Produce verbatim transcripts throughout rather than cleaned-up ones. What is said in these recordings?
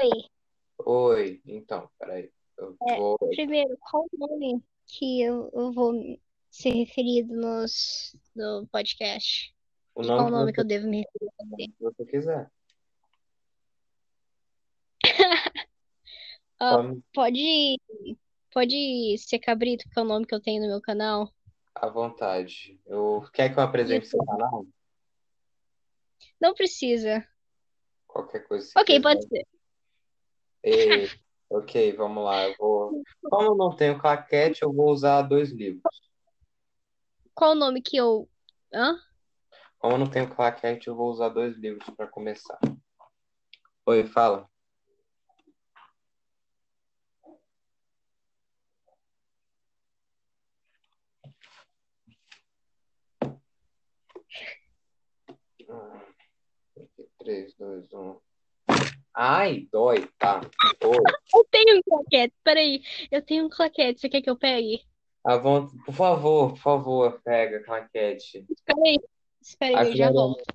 Oi, Oi, então, peraí. Eu é, vou. primeiro, qual o nome que eu, eu vou ser referido nos, no podcast? O Que nome qual o que nome que você, eu devo me o referir? nome que você quiser. Ah, Tome pode, pode ser Cabrito, que é o nome que eu tenho no meu canal. à vontade. Eu... Quer que eu apresente seu YouTube. canal? Não precisa. Qualquer coisa se Ok, quiser. pode ser. E... Ok, vamos lá. Eu vou. Como eu não tenho claquete, eu vou usar dois livros. Qual o nome que eu. Hã? Como eu não tenho claquete, eu vou usar dois livros para começar. Oi, fala. Hum, três, dois, um. Ai, dói, tá. Oi. Eu tenho um claquete, peraí. Eu tenho um claquete, você quer que eu pegue? À von- Por favor, por favor, pega a claquete. Espera aí. Espera aí, eu já Agora. volto.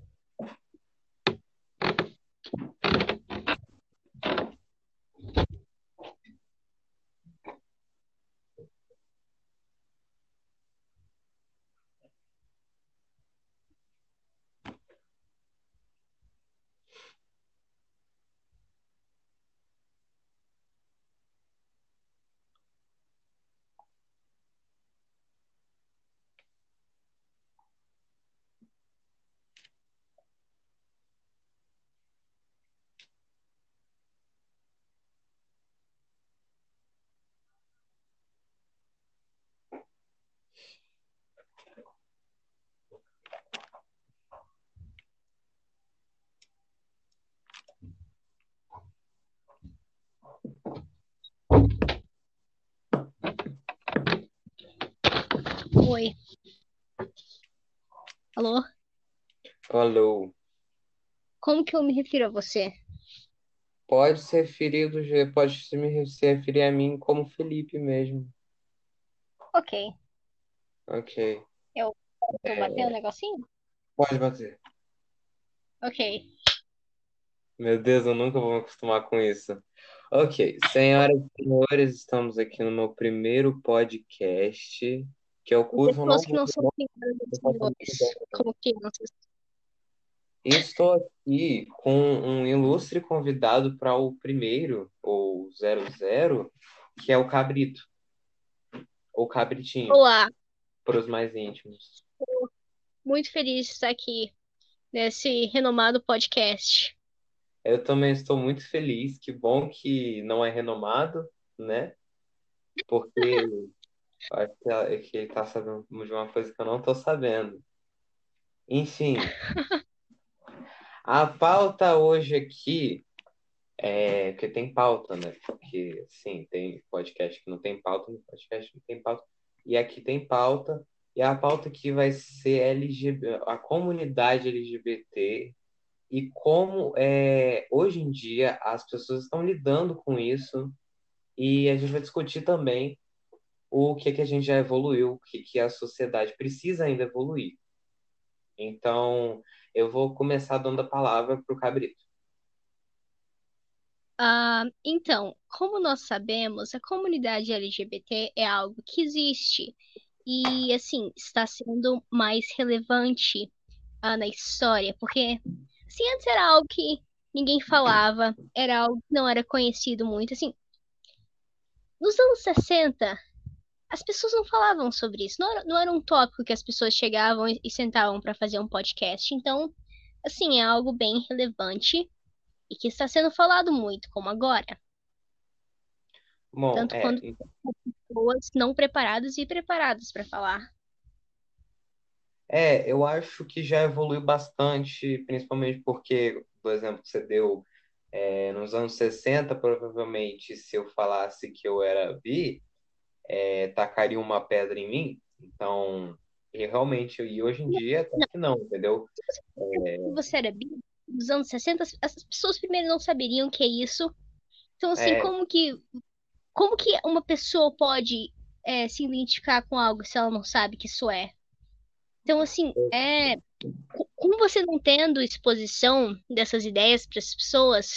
Oi. Alô? Alô. Como que eu me refiro a você? Pode se referir do jeito, pode se me se referir a mim como Felipe mesmo. Ok. Ok. Eu posso bater um É, negocinho? pode bater. Ok. Meu Deus, eu nunca vou me acostumar com isso. Ok, senhoras e senhores, estamos aqui no meu primeiro podcast, que é o E curso Eu pessoas Não que Vou não são senhoras e senhores, como crianças. E estou aqui com um ilustre convidado para o primeiro, ou zero zero, que é o Cabrito, ou Cabritinho, Olá, para os mais íntimos. muito feliz de estar aqui nesse renomado podcast. Eu também estou muito feliz, que bom que não é renomado, né? Porque acho que é que ele está sabendo de uma coisa que eu não estou sabendo. Enfim, a pauta hoje aqui é que tem pauta, né? Porque, sim, tem podcast que não tem pauta, no podcast que não tem pauta. E aqui tem pauta, e a pauta aqui vai ser L G B T, a comunidade L G B T e como é, hoje em dia as pessoas estão lidando com isso. E a gente vai discutir também o que, que a gente já evoluiu, o que, que a sociedade precisa ainda evoluir. Então, eu vou começar dando a palavra para o Cabrito. Ah, então, como nós sabemos, a comunidade L G B T é algo que existe e, assim, está sendo mais relevante, ah, na história, porque, assim, antes era algo que ninguém falava, era algo que não era conhecido muito, assim, nos anos sessenta as pessoas não falavam sobre isso. Não era, não era um tópico que as pessoas chegavam e, e sentavam para fazer um podcast. Então, assim, é algo bem relevante e que está sendo falado muito, como agora. Bom, Tanto é, quanto pessoas não preparadas e preparadas para falar. é, eu acho que já evoluiu bastante, principalmente porque, por exemplo, que você deu é, nos anos sessenta, provavelmente, se eu falasse que eu era bi, é, tacaria uma pedra em mim. Então, e realmente, e hoje em dia, até Não, que não, entendeu? se você era bi, nos anos sessenta as as pessoas primeiro não saberiam o que é isso. Então, assim, É, como que, como que uma pessoa pode é, se identificar com algo se ela não sabe que isso é? Então, assim, é, co- como você não tendo exposição dessas ideias para as pessoas,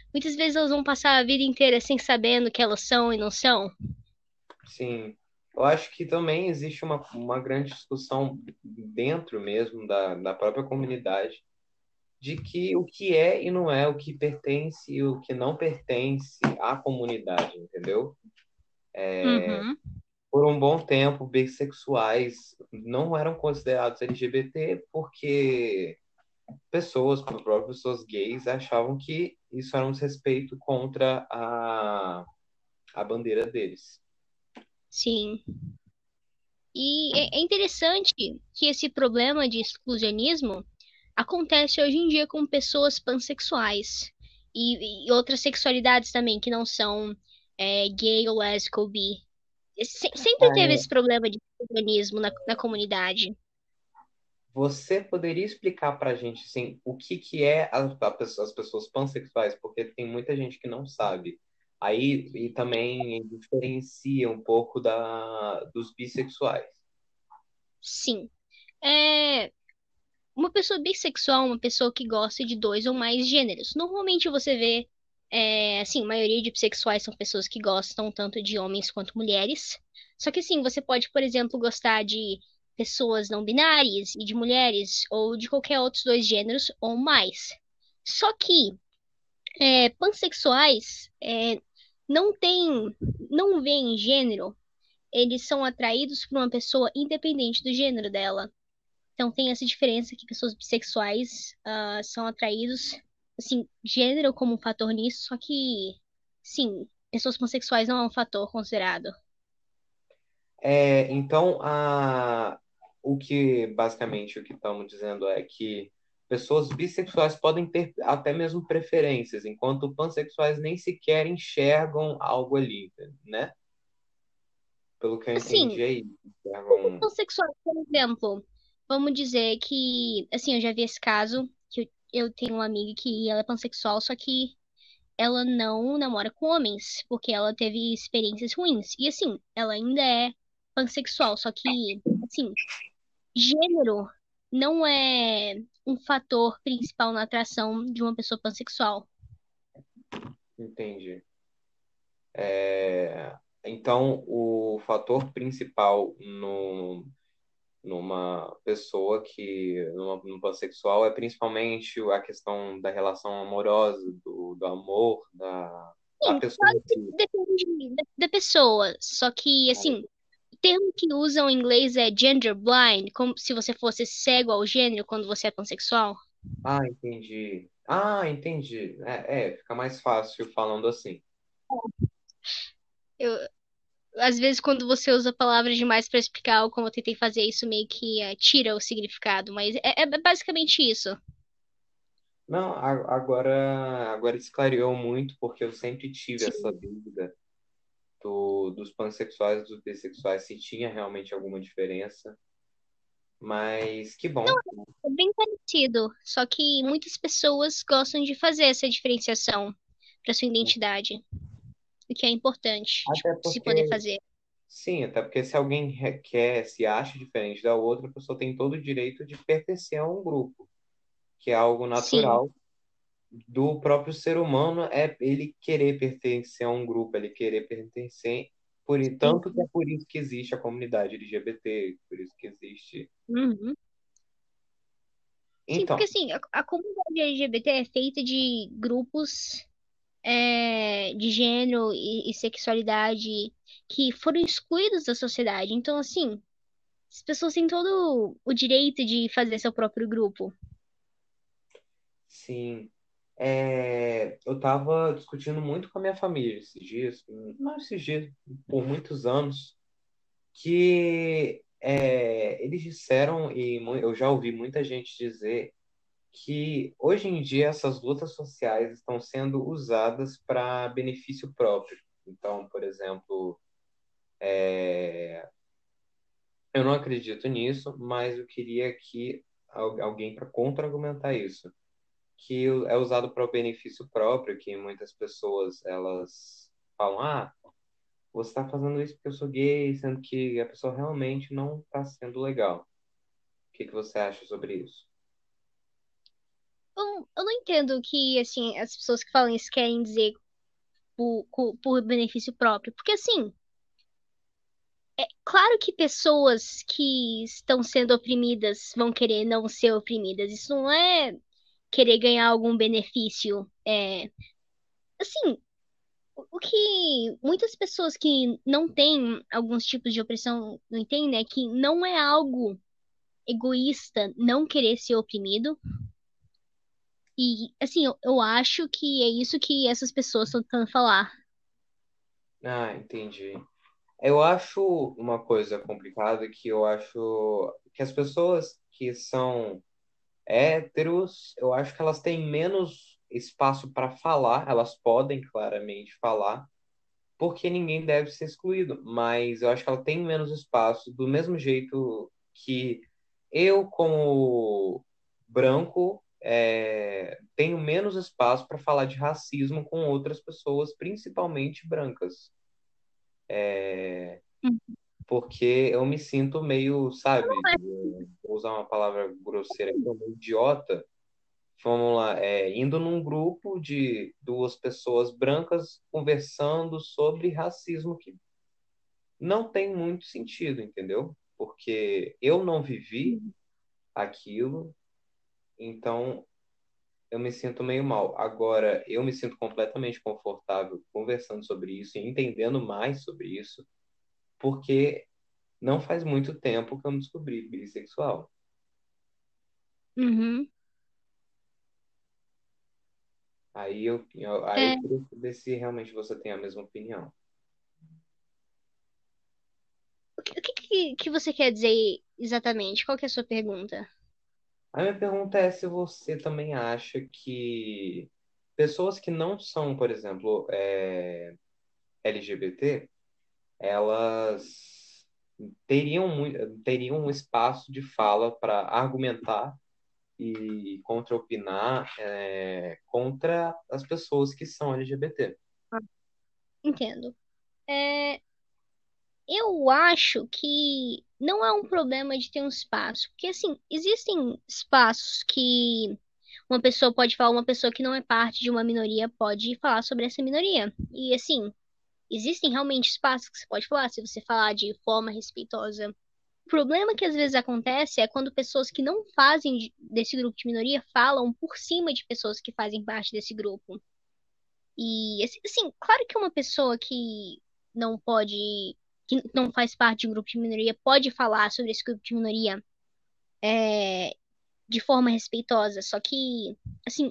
muitas vezes elas vão passar a vida inteira sem sabendo que elas são e não são. Sim, eu acho que também existe uma, uma grande discussão dentro mesmo da, da própria comunidade de que o que é e não é, o que pertence e o que não pertence à comunidade, entendeu? Uhum. Por um bom tempo, bissexuais não eram considerados L G B T porque pessoas, próprias pessoas gays, achavam que isso era um desrespeito contra a, a bandeira deles. Sim. E é é interessante que esse problema de exclusionismo acontece hoje em dia com pessoas pansexuais e, e outras sexualidades também que não são é, gay ou lésbico ou bi. Se- sempre teve esse problema de exclusionismo na, na comunidade. Você poderia explicar para a gente assim, o que, que é a, a pessoa- as pessoas pansexuais? Porque tem muita gente que não sabe. Aí, e também diferencia um pouco da, dos bissexuais. Sim. É, uma pessoa bissexual, é uma pessoa que gosta de dois ou mais gêneros. Normalmente você vê, é, assim, a maioria de bissexuais são pessoas que gostam tanto de homens quanto mulheres. Só que assim, você pode, por exemplo, gostar de pessoas não binárias e de mulheres, ou de qualquer outros dois gêneros ou mais. Só que é, pansexuais é, não têm, não veem gênero, eles são atraídos por uma pessoa independente do gênero dela. Então tem essa diferença que pessoas bissexuais ah, são atraídos, assim, gênero como um fator nisso, só que, sim, pessoas pansexuais não é um fator considerado. É, então, a, o que basicamente o que estamos dizendo é que pessoas bissexuais podem ter até mesmo preferências, enquanto pansexuais nem sequer enxergam algo ali, né? Pelo que eu Assim, entendi aí, enxergam. pansexuais, por exemplo, vamos dizer que, assim, eu já vi esse caso, que eu, eu tenho uma amiga que ela é pansexual, só que ela não namora com homens, porque ela teve experiências ruins. E assim, ela ainda é pansexual, só que, assim, gênero não é um fator principal na atração de uma pessoa pansexual. Entendi. É, então, o fator principal no, numa pessoa que, numa, num pansexual, é principalmente a questão da relação amorosa, do, do amor, da, da Sim, pessoa claro em que si. depende da, da pessoa. Só que, assim, o termo que usam em inglês é gender blind, como se você fosse cego ao gênero quando você é pansexual. Ah, entendi. Ah, entendi. É, é, fica mais fácil falando assim. Eu, às vezes, quando você usa palavras demais para explicar, ou como eu tentei fazer isso, meio que eh, tira o significado. Mas é, é basicamente isso. Não, a- agora, agora esclareou muito, porque eu sempre tive essa Sim. dúvida do, dos pansexuais e dos bissexuais, se tinha realmente alguma diferença. Mas que bom. É bem parecido, só que muitas pessoas gostam de fazer essa diferenciação para sua identidade, o que é importante, tipo, Até se poder porque, fazer. sim, até porque se alguém requer, se acha diferente da outra, a pessoa tem todo o direito de pertencer a um grupo, que é algo Sim, natural do próprio ser humano, é ele querer pertencer a um grupo, ele querer pertencer, por, sim. tanto que é por isso que existe a comunidade L G B T, por isso que existe. Uhum. Sim, porque Então, assim, a, a comunidade L G B T é feita de grupos é, de gênero e, e sexualidade que foram excluídos da sociedade. Então, assim, as pessoas têm todo o direito de fazer seu próprio grupo. sim, é, eu estava discutindo muito com a minha família esses dias, não esses dias, por muitos anos, que é, eles disseram, e mu- eu já ouvi muita gente dizer, que hoje em dia essas lutas sociais estão sendo usadas para benefício próprio. Então, por exemplo, eu não acredito nisso, mas eu queria que al- alguém para contra-argumentar isso, que é usado para o benefício próprio, que muitas pessoas elas falam, ah, você está fazendo isso porque eu sou gay, sendo que a pessoa realmente não está sendo legal. O que que você acha sobre isso? eu, eu não entendo que, assim, as pessoas que falam isso querem dizer por, por, por benefício próprio. Porque, assim, claro que pessoas que estão sendo oprimidas vão querer não ser oprimidas. Isso não é querer ganhar algum benefício. É, assim, o o que muitas pessoas que não têm alguns tipos de opressão não entendem é que não é algo egoísta não querer ser oprimido. E, assim, eu, eu acho que é isso que essas pessoas estão tentando falar. Ah, entendi. Eu acho uma coisa complicada que eu acho que as pessoas que são héteros, eu acho que elas têm menos espaço para falar, elas podem claramente falar, porque ninguém deve ser excluído, mas eu acho que ela tem menos espaço, do mesmo jeito que eu, como branco, é, tenho menos espaço para falar de racismo com outras pessoas, principalmente brancas, Hum. porque eu me sinto meio, sabe, vou usar uma palavra grosseira aqui, um idiota. Vamos lá, é, indo num grupo de duas pessoas brancas conversando sobre racismo que não tem muito sentido, entendeu? Porque eu não vivi aquilo, então eu me sinto meio mal. Agora, eu me sinto completamente confortável conversando sobre isso e entendendo mais sobre isso, porque não faz muito tempo que eu me descobri bissexual. Uhum. Aí eu, eu- aí eu É, queria saber se realmente você tem a mesma opinião. o que, o que, que que você quer dizer exatamente? Qual que é a sua pergunta? A minha pergunta é se você também acha que pessoas que não são, por exemplo, é, L G B T, elas teriam, mui- teriam um espaço de fala para argumentar e contra-opinar é, contra as pessoas que são L G B T. Ah, entendo. É, eu acho que não é um problema de ter um espaço, porque assim, existem espaços que uma pessoa pode falar, uma pessoa que não é parte de uma minoria pode falar sobre essa minoria. E assim, existem realmente espaços que você pode falar, se você falar de forma respeitosa. O problema que às vezes acontece é quando pessoas que não fazem de- desse grupo de minoria falam por cima de pessoas que fazem parte desse grupo. E assim, assim, claro que uma pessoa que não pode, que não faz parte de um grupo de minoria pode falar sobre esse grupo de minoria é, de forma respeitosa, só que assim,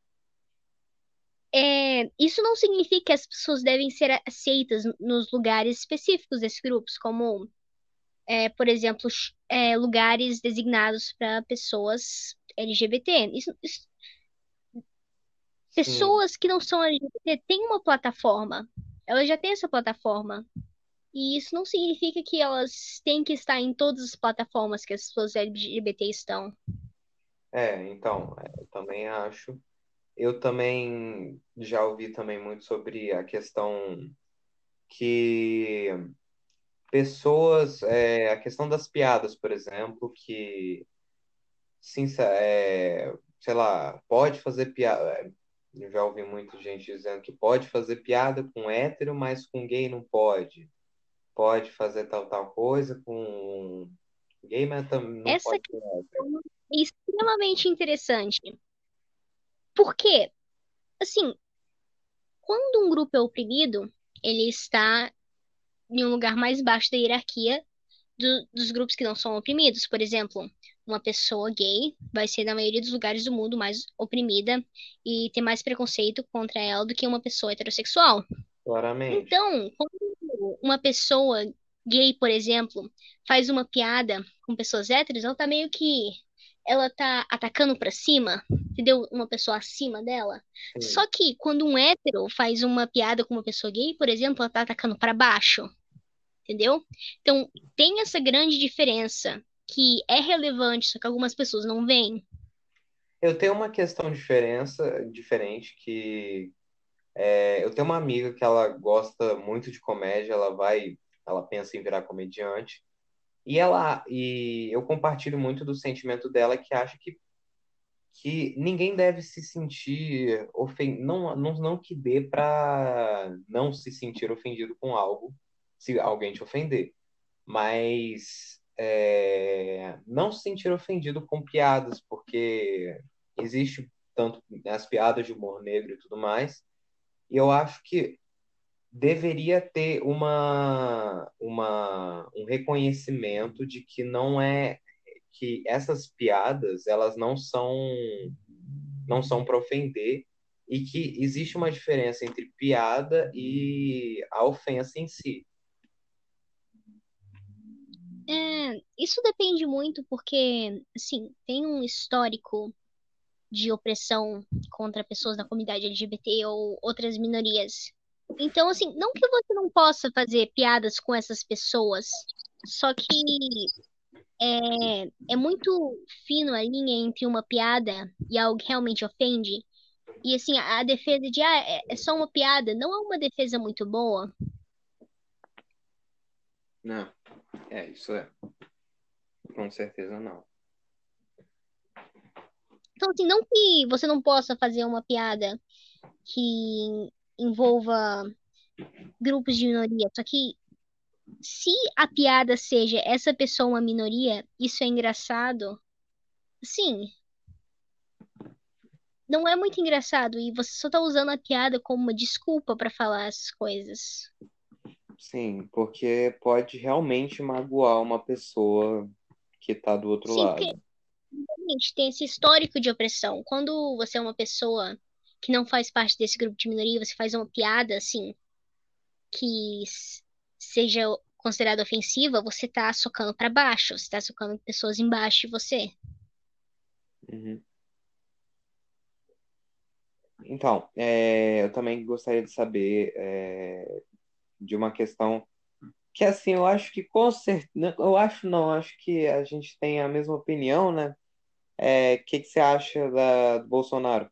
é, isso não significa que as pessoas devem ser aceitas nos lugares específicos desses grupos, como é, por exemplo, ch- é, lugares designados para pessoas L G B T. Isso- isso- Sim, pessoas que não são L G B T têm uma plataforma. Elas já têm essa plataforma. E isso não significa que elas têm que estar em todas as plataformas que as pessoas L G B T estão. é, então, é, eu também acho. Eu também já ouvi também muito sobre a questão que pessoas, é, a questão das piadas, por exemplo, que, sincer- é, sei lá, pode fazer piada. Eu já ouvi muita gente dizendo que pode fazer piada com hétero, mas com gay não pode. Pode fazer tal, tal coisa com gay, mas também não Essa pode com hétero. questão é extremamente interessante. Por quê? Assim, quando um grupo é oprimido, ele está em um lugar mais baixo da hierarquia do- dos grupos que não são oprimidos. Por exemplo, uma pessoa gay vai ser, na maioria dos lugares do mundo, mais oprimida e ter mais preconceito contra ela do que uma pessoa heterossexual. Claramente. Então, quando uma pessoa gay, por exemplo, faz uma piada com pessoas héteros, ela tá meio que ela tá atacando pra cima, entendeu? Uma pessoa acima dela. Sim. Só que quando um hétero faz uma piada com uma pessoa gay, por exemplo, ela tá atacando pra baixo, entendeu? Então, tem essa grande diferença que é relevante, só que algumas pessoas não veem. Eu tenho uma questão diferença, diferente que é, eu tenho uma amiga que ela gosta muito de comédia, ela vai, ela pensa em virar comediante. E ela e eu compartilho muito do sentimento dela que acha que que ninguém deve se sentir ofendido, não, não, não que dê para não se sentir ofendido com algo se alguém te ofender, mas é, não se sentir ofendido com piadas, porque existe tanto as piadas de humor negro e tudo mais, e eu acho que deveria ter uma, uma, um reconhecimento de que não é que essas piadas elas não são não são para ofender e que existe uma diferença entre piada e a ofensa em si. É, isso depende muito porque, assim, tem um histórico de opressão contra pessoas da comunidade L G B T ou outras minorias. Então, assim, não que você não possa fazer piadas com essas pessoas, só que é, é muito fino a linha entre uma piada e algo que realmente ofende. E, assim, a, a defesa de, ah, é, é só uma piada, não é uma defesa muito boa. Não, é, isso é. Com certeza não. Então, assim, não que você não possa fazer uma piada que envolva grupos de minoria, só que se a piada seja essa pessoa uma minoria, isso é engraçado. Sim, não é muito engraçado e você só tá usando a piada como uma desculpa pra falar as coisas. Sim, porque pode realmente magoar uma pessoa que está do outro Sim, porque lado. a gente tem esse histórico de opressão. Quando você é uma pessoa que não faz parte desse grupo de minoria, você faz uma piada assim que s- seja considerada ofensiva, você tá socando pra baixo, você tá socando pessoas embaixo de você. Uhum. Então, é, eu também gostaria de saber é, de uma questão que, assim, eu acho que com certeza, eu acho não, acho que a gente tem a mesma opinião, né? É, o que que você acha da, do Bolsonaro?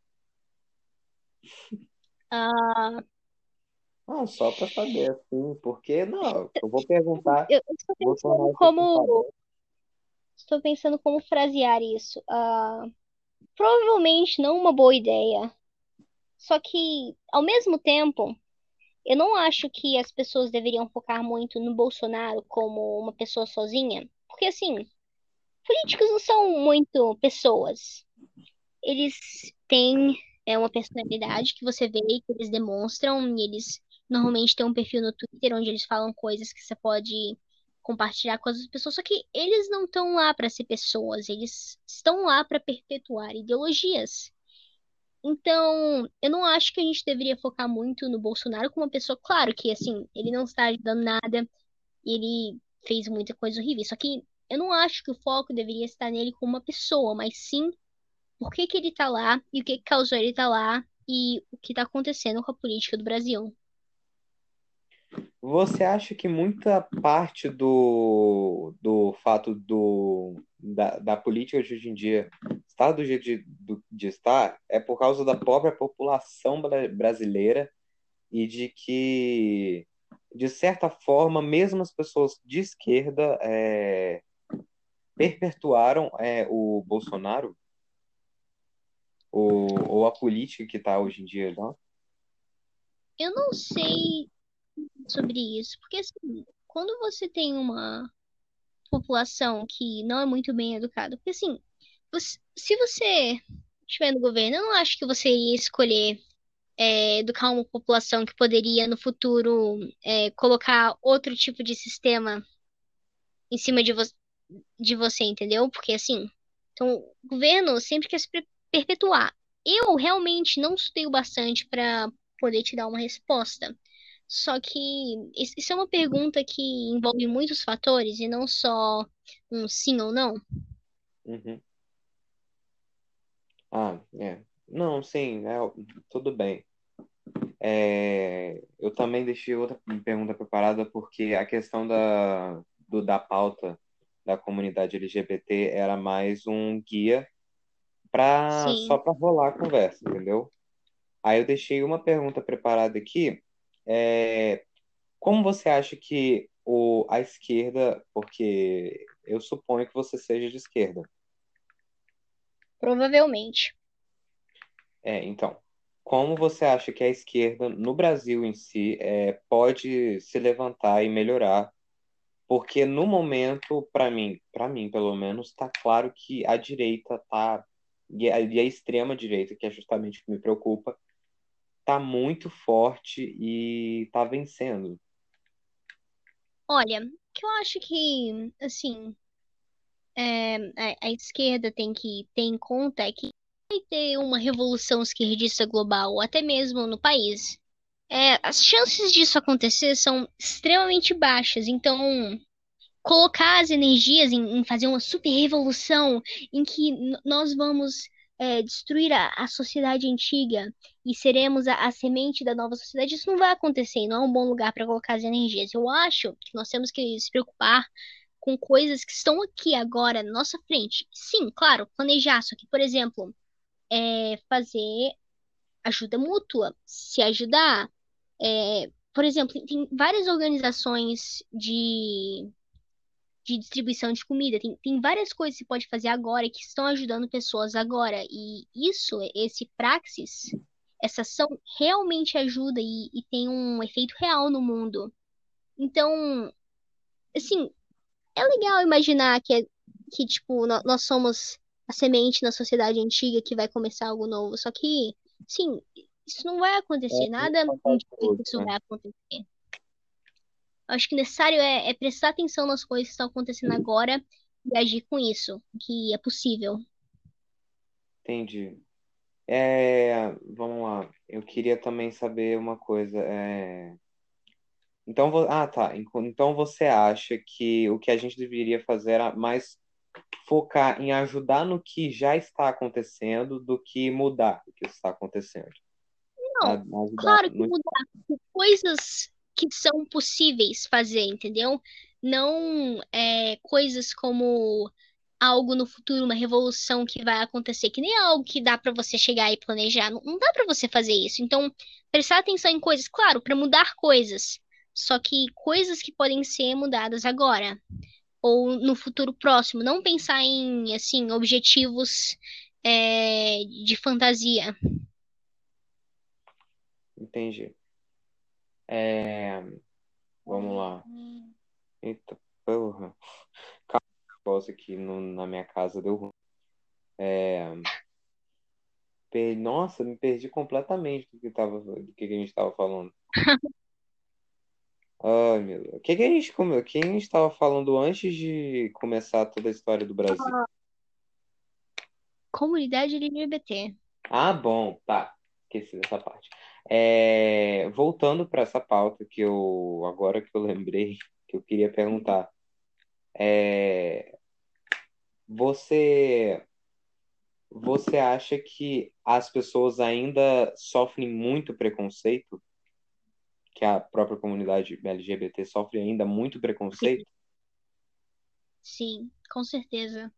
Ah, Não, só para saber, assim, porque não, eu vou perguntar, eu eu estou vou tornar pensando esse assunto como aberto. estou pensando como frasear isso. Ah, provavelmente não uma boa ideia. Só que, ao mesmo tempo, eu não acho que as pessoas deveriam focar muito no Bolsonaro como uma pessoa sozinha. Porque, assim, políticos não são muito pessoas. Eles têm é, uma personalidade que você vê, que eles demonstram, e eles normalmente têm um perfil no Twitter onde eles falam coisas que você pode compartilhar com as outras pessoas. Só que eles não estão lá para ser pessoas, eles estão lá para perpetuar ideologias. Então, eu não acho que a gente deveria focar muito no Bolsonaro como uma pessoa. Claro que, assim, ele não está ajudando nada e ele fez muita coisa horrível. Só que eu não acho que o foco deveria estar nele como uma pessoa, mas sim por que que ele tá lá e o que que causou ele estar lá e o que tá acontecendo com a política do Brasil. Você acha que muita parte do, do fato do, da, da política de hoje em dia estar do jeito de, do- de estar é por causa da própria população bra- brasileira e de que, de certa forma, mesmo as pessoas de esquerda é, perpetuaram é, o Bolsonaro ou, ou a política que está hoje em dia, não? Eu não sei sobre isso, porque assim, quando você tem uma população que não é muito bem educada, porque assim, você- se você estiver no governo, eu não acho que você ia escolher é, educar uma população que poderia no futuro é, colocar outro tipo de sistema em cima de, vo de você, entendeu? Porque assim, então, o governo sempre quer se pre- perpetuar. Eu realmente não estudei o bastante para poder te dar uma resposta. Só que is- isso é uma pergunta que envolve muitos fatores e não só um sim ou não. Uhum. Ah, é. Não, sim, é, tudo bem. É, eu também deixei outra pergunta preparada porque a questão da, do, da pauta da comunidade L G B T era mais um guia para só Sim. para rolar a conversa, entendeu? Aí eu deixei uma pergunta preparada aqui. É, como você acha que o, a esquerda, porque eu suponho que você seja de esquerda, Provavelmente. É, então, como você acha que a esquerda no Brasil em si é, pode se levantar e melhorar? Porque no momento, para mim, para mim pelo menos, está claro que a direita tá e a, e a extrema direita, que é justamente o que me preocupa, tá muito forte e tá vencendo. Olha, o que eu acho que, assim, é, a, a esquerda tem que ter em conta é que vai ter uma revolução esquerdista global, até mesmo no país. É, as chances disso acontecer são extremamente baixas, então colocar as energias em, em fazer uma super revolução em que n- nós vamos é, destruir a, a sociedade antiga e seremos a, a semente da nova sociedade, isso não vai acontecer, e não é um bom lugar para colocar as energias. Eu acho que nós temos que se preocupar com coisas que estão aqui agora, na nossa frente. Sim, claro, planejar, só que, por exemplo, é fazer ajuda mútua, se ajudar. É, por exemplo, tem tem várias organizações de de distribuição de comida. Tem, tem várias coisas que você pode fazer agora que estão ajudando pessoas agora. E isso, esse praxis, essa ação realmente ajuda e, e tem um efeito real no mundo. Então, assim, é legal imaginar que, é, que tipo, nó- nós somos a semente na sociedade antiga que vai começar algo novo. Só que, sim, isso não vai É acontecer. muito Nada indica que vantajoso, isso né? vai acontecer. Eu acho que o necessário é, é prestar atenção nas coisas que estão acontecendo agora e agir com isso, que é possível. Entendi. É, vamos lá. Eu queria também saber uma coisa. É, então, vo- ah, tá. Enco- Então você acha que o que a gente deveria fazer era mais focar em ajudar no que já está acontecendo do que mudar o que está acontecendo. A- Não, Ajudar claro que no... mudar com coisas que são possíveis fazer, entendeu? Não é, coisas como algo no futuro, uma revolução que vai acontecer, que nem é algo que dá pra você chegar e planejar. Não, não dá pra você fazer isso. Então, prestar atenção em coisas, claro, pra mudar coisas, só que coisas que podem ser mudadas agora ou no futuro próximo. Não pensar em, assim, objetivos é, de fantasia. Entendi. É, vamos lá. Eita, porra. Calma, aqui no- na minha casa deu ruim. É, per- Nossa, me perdi completamente do que tava, do que que a gente estava falando. Ai, meu Deus. O que que a gente comeu? O que a gente estava falando antes de começar toda a história do Brasil? Comunidade L G B T. Ah, bom, tá. Esqueci dessa parte. É, voltando para essa pauta que eu agora que eu lembrei que eu queria perguntar, é, você você acha que as pessoas ainda sofrem muito preconceito? Que a própria comunidade L G B T sofre ainda muito preconceito? Sim, com certeza.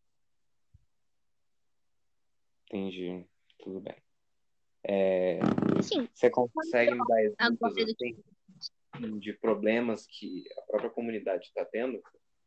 Entendi. Tudo bem. É, Assim, você consegue me dar agora exemplos do que assim de problemas que a própria comunidade está tendo?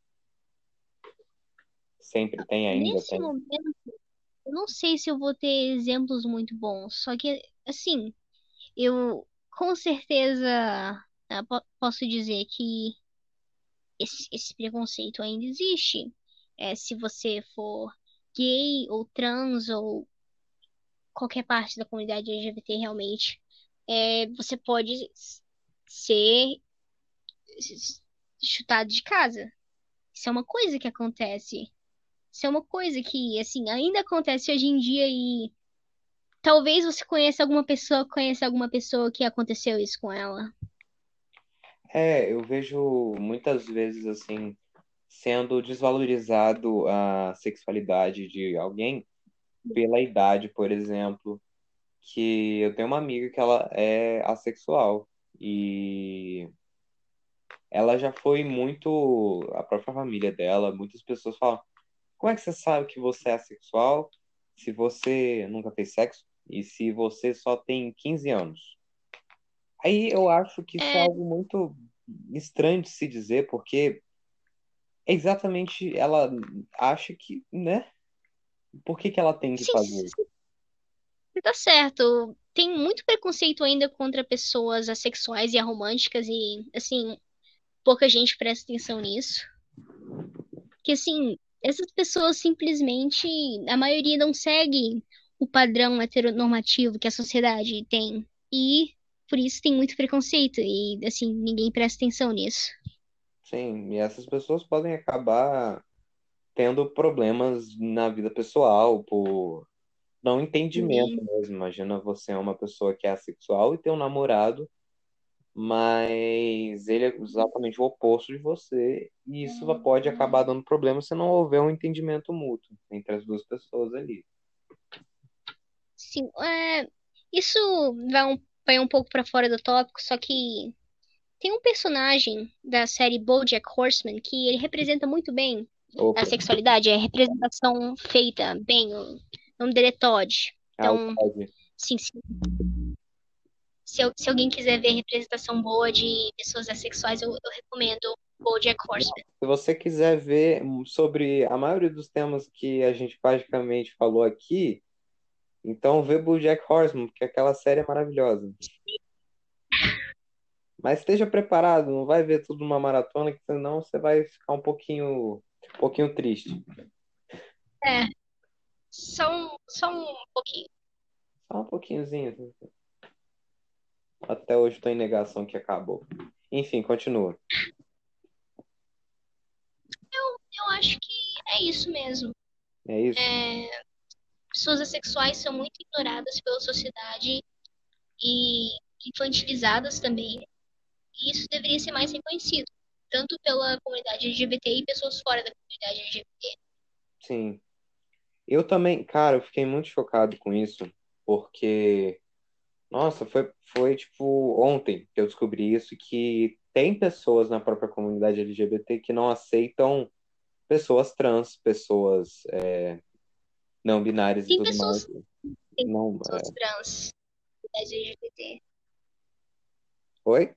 Sempre tem, ainda nesse tem. momento, eu não sei se eu vou ter exemplos muito bons, só que, assim, eu com certeza ah, po- posso dizer que esse, esse preconceito ainda existe. É, se você for gay ou trans ou qualquer parte da comunidade L G B T realmente, é, você pode s- ser s- chutado de casa. Isso é uma coisa que acontece. Isso é uma coisa que, assim, ainda acontece hoje em dia e talvez você conheça alguma pessoa, conheça alguma pessoa que aconteceu isso com ela. É, eu vejo muitas vezes assim sendo desvalorizado a sexualidade de alguém pela idade, por exemplo, que eu tenho uma amiga que ela é assexual e ela já foi muito, a própria família dela, muitas pessoas falam, como é que você sabe que você é assexual se você nunca fez sexo e se você só tem quinze anos? Aí eu acho que isso é É, algo muito estranho de se dizer, porque exatamente ela acha que, né? Por que que ela tem que Sim, fazer isso? você tá certo. Tem muito preconceito ainda contra pessoas assexuais e aromânticas e, assim, pouca gente presta atenção nisso. Que, assim, essas pessoas simplesmente, a maioria não segue o padrão heteronormativo que a sociedade tem. E por isso tem muito preconceito e, assim, ninguém presta atenção nisso. Sim, e essas pessoas podem acabar tendo problemas na vida pessoal por não entendimento Sim, mesmo. Imagina você é uma pessoa que é assexual e tem um namorado, mas ele é exatamente o oposto de você, e isso va- pode acabar dando problema se não houver um entendimento mútuo entre as duas pessoas ali. sim. É, isso vai um, vai um pouco pra fora do tópico, só que tem um personagem da série BoJack Horseman que ele representa muito bem a Opa, sexualidade, é a representação feita bem. O nome dele é Todd. ah, o Então, Todd. sim, sim. Se, eu- se alguém quiser ver representação boa de pessoas assexuais, eu, eu recomendo BoJack Horseman. Se você quiser ver sobre a maioria dos temas que a gente basicamente falou aqui, então vê BoJack Horseman, porque aquela série é maravilhosa. Mas esteja preparado, não vai ver tudo numa maratona, que senão você vai ficar um pouquinho, um pouquinho triste. É, só um, só um pouquinho. Só um pouquinhozinho. Até hoje estou em negação que acabou. Enfim, continua. Eu acho que é isso mesmo. É isso? É, pessoas assexuais são muito ignoradas pela sociedade e infantilizadas também. E isso deveria ser mais reconhecido, tanto pela comunidade L G B T e pessoas fora da comunidade L G B T. Sim. Eu também, cara, eu fiquei muito chocado com isso, porque, nossa, foi, foi tipo ontem que eu descobri isso, que tem pessoas na própria comunidade L G B T que não aceitam pessoas trans, pessoas é, não binárias e Tem tudo mais. pessoas, tem Não, pessoas é... trans na comunidade L G B T. Oi?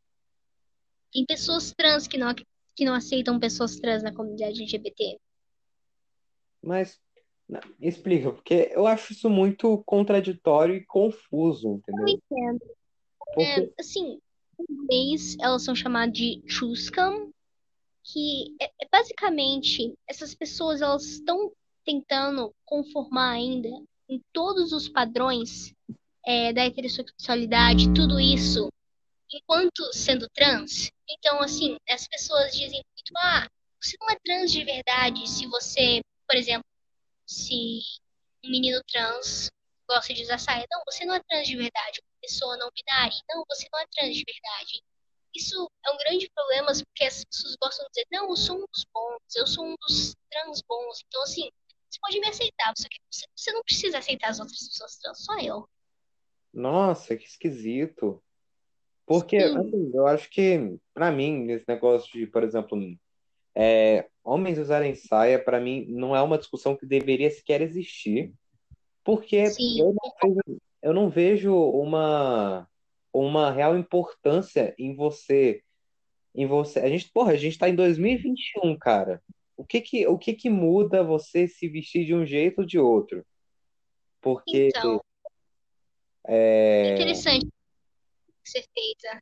Tem pessoas trans que não, que não aceitam pessoas trans na comunidade L G B T. Mas não, explica, porque eu acho isso muito contraditório e confuso, Eu entendeu? entendo. É, Porque, assim, em inglês elas são chamadas de Truscum, que é, é basicamente essas pessoas elas estão tentando conformar ainda em todos os padrões é, da heterossexualidade, tudo isso, enquanto sendo trans. Então, assim, as pessoas dizem muito, ah, você não é trans de verdade se você, por exemplo, se um menino trans gosta de usar saia. Não, você não é trans de verdade. Uma pessoa não binária. Não, você não é trans de verdade. Isso é um grande problema porque as pessoas gostam de dizer, não, eu sou um dos bons, eu sou um dos trans bons. Então, assim, você pode me aceitar, só que você, você não precisa aceitar as outras pessoas trans, só eu. nossa, que esquisito. Porque, Sim, assim, eu acho que, pra mim, esse negócio de, por exemplo, é, homens usarem saia, pra mim, não é uma discussão que deveria sequer existir, porque sim, eu não vejo, eu não vejo uma, uma real importância em você, em você. A gente, porra, a gente tá em dois mil e vinte e um, cara. O que que, o que que muda você se vestir de um jeito ou de outro? Porque, então, é é... interessante ser feita.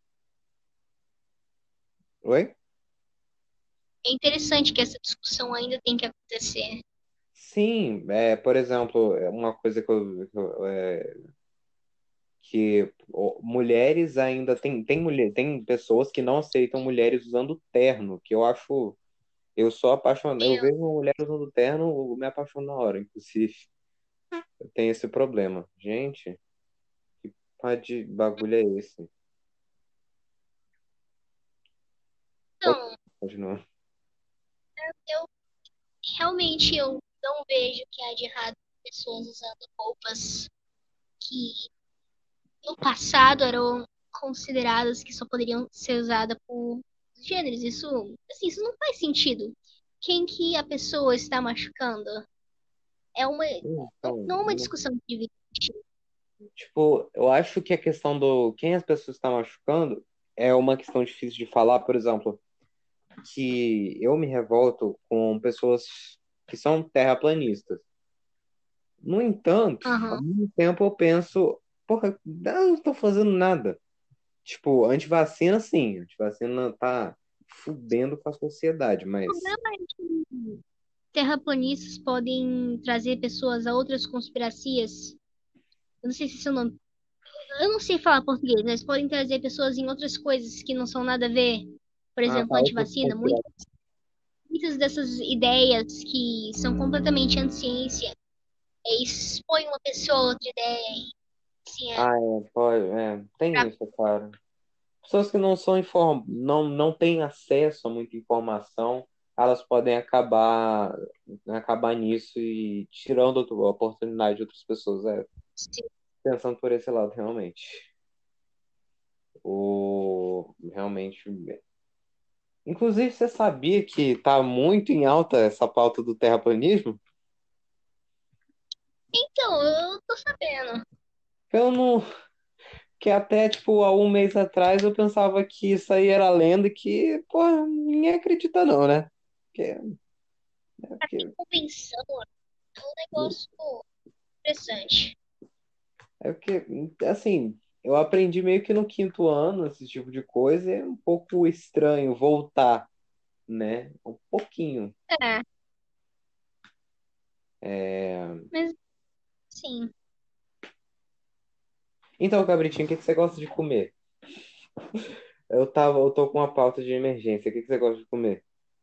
Oi? É interessante que essa discussão ainda tem que acontecer. Sim, é, por exemplo, é uma coisa que eu, que eu, é, que ó, mulheres ainda tem tem mulher tem pessoas que não aceitam mulheres usando terno, que eu acho eu sou apaixonado, eu Eu, vejo uma mulher usando terno, eu me apaixono na hora, inclusive. Eu tenho esse problema. Gente, que pá de bagulho é esse? Pode então, continuar. eu realmente eu não vejo o que há de errado com pessoas usando roupas que no passado eram consideradas que só poderiam ser usadas por gêneros. Isso, assim, isso não faz sentido. Quem que a pessoa está machucando? É uma, não, Então, não é uma discussão de vida. tipo, eu acho que a questão do quem as pessoas estão machucando é uma questão difícil de falar, por exemplo, que eu me revolto com pessoas que são terraplanistas. No entanto, ao Aham. mesmo tempo eu penso, porra, eu não tô fazendo nada. Tipo, antivacina, sim, antivacina tá fudendo com a sociedade, O mas problema é que terraplanistas podem trazer pessoas a outras conspiracias. Eu não sei se isso não. Eu não sei falar português, mas podem trazer pessoas em outras coisas que não são nada a ver. Por ah, exemplo, tá, outras antivacina. Muitas, conspirações. muitas dessas ideias que são completamente anti-ciência é, expõem uma pessoa a outra ideia. E, assim, é, Ah, é, pode, é, tem pra- isso, cara. Pessoas que não são inform... não, não têm acesso a muita informação, elas podem acabar acabar nisso e tirando a oportunidade de outras pessoas. É, pensando por esse lado, realmente. O... Realmente. Inclusive, você sabia que está muito em alta essa pauta do terraplanismo? Então, eu tô sabendo. Eu não. Que até, tipo, há um mês atrás eu pensava que isso aí era lenda e que, pô, ninguém acredita não, né? Porque, né? Pra ter Porque, convenção é um negócio interessante. é porque, assim, eu aprendi meio que no quinto ano esse tipo de coisa e é um pouco estranho voltar, né? Um pouquinho. É, É... mas sim. Então, Cabritinho, o que que você gosta de comer? Eu tava, eu tô com uma pauta de emergência. O que que você gosta de comer?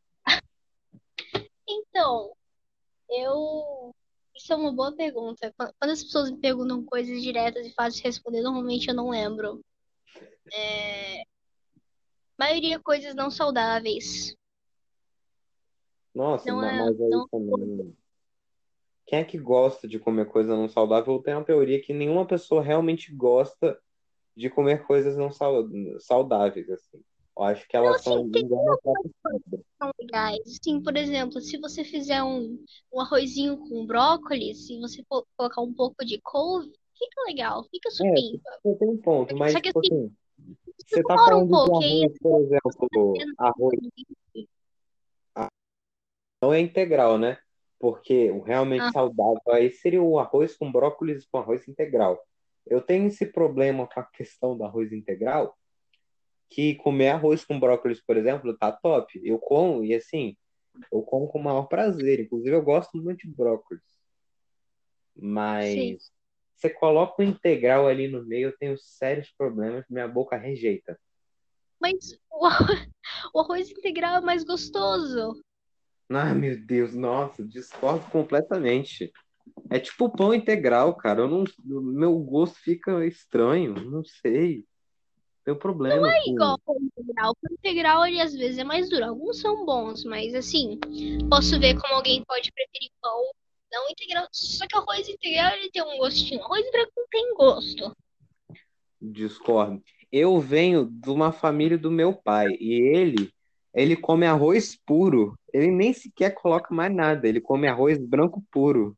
Então, eu. Isso é uma boa pergunta. Quando quando as pessoas me perguntam coisas diretas e fáceis de responder, normalmente eu não lembro. É, maioria coisas não saudáveis. Nossa, Não ma- é. mas aí Não, também. Quem é que gosta de comer coisa não saudável? Eu tenho uma teoria que nenhuma pessoa realmente gosta de comer coisas não sau- saudáveis, assim. Eu acho que não, elas assim, são tem enganam a algumas própria coisas vida. que são legais. Assim, por exemplo, se você fizer um, um arrozinho com brócolis, se você co- colocar um pouco de couve, fica legal, fica É, supimpa. você tem um ponto, Só mas, que tipo assim, assim, você tá demora um falando de pouco, e aí arroz, por exemplo, arroz não é integral, né? Porque o realmente ah, saudável aí seria o arroz com brócolis com arroz integral. Eu tenho esse problema com a questão do arroz integral, que comer arroz com brócolis, por exemplo, tá top. Eu como, e assim, eu como com o maior prazer. Inclusive, eu gosto muito de brócolis. sei. Mas você coloca o integral ali no meio, eu tenho sérios problemas, minha boca rejeita. Mas o arroz, o arroz integral é mais gostoso. Ah, meu Deus, nossa, discordo completamente. É tipo pão integral, cara. Eu não, meu gosto fica estranho, não sei. Tem Não problema é igual com. ao integral. O integral, ele às vezes é mais duro. Alguns são bons, mas assim, posso ver como alguém pode preferir pão não integral. Só que o arroz integral, ele tem um gostinho. O arroz branco não tem gosto. Discordo. Eu venho de uma família do meu pai e ele, ele come arroz puro. Ele nem sequer coloca mais nada. Ele come arroz branco puro.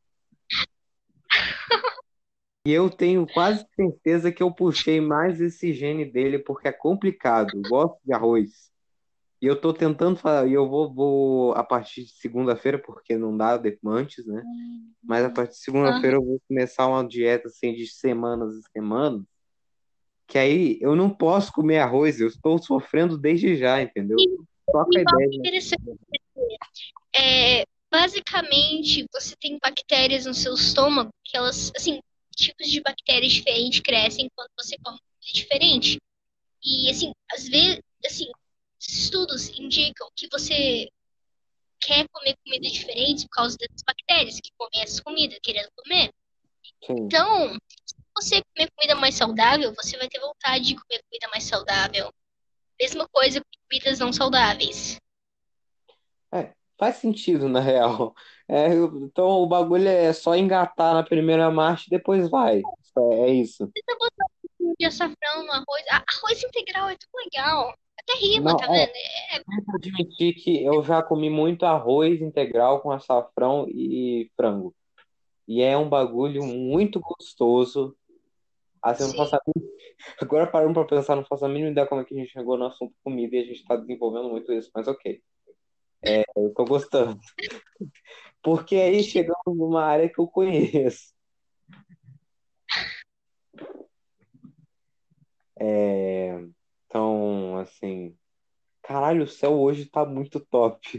E eu tenho quase certeza que eu puxei mais esse gene dele porque é complicado. Eu gosto de arroz. E eu tô tentando fazer, e eu vou, vou a partir de segunda-feira, porque não dá de- antes, né? Mas a partir de segunda-feira Aham. eu vou começar uma dieta assim de semanas e semanas, que aí eu não posso comer arroz, eu estou sofrendo desde já, entendeu? E, Só com a e algo ideia, né? interessante. É, basicamente, você tem bactérias no seu estômago que elas, assim, tipos de bactérias diferentes crescem quando você come comida diferente. E, assim, às vezes, assim, estudos indicam que você quer comer comida diferente por causa dessas bactérias que comem essa comida, querendo comer. Sim. Então, se você comer comida mais saudável, você vai ter vontade de comer comida mais saudável. Mesma coisa com comidas não saudáveis. É, faz sentido, na real. É, eu- então o bagulho é só engatar na primeira marcha e depois vai. É, é isso. Você tá botando um pouquinho de açafrão no arroz. Ah, arroz integral é tão legal. Até rima, Não, tá é, vendo? É, vou admitir que eu já comi muito arroz integral com açafrão e frango. E é um bagulho muito gostoso. Assim, eu não sim. faço a... Agora parando pra pensar, não faço a mínima ideia como é que a gente chegou no assunto comida e a gente tá desenvolvendo muito isso, mas ok. Eu tô gostando. Porque aí chegamos numa área que eu conheço. É, então, assim, caralho, o céu hoje tá muito top.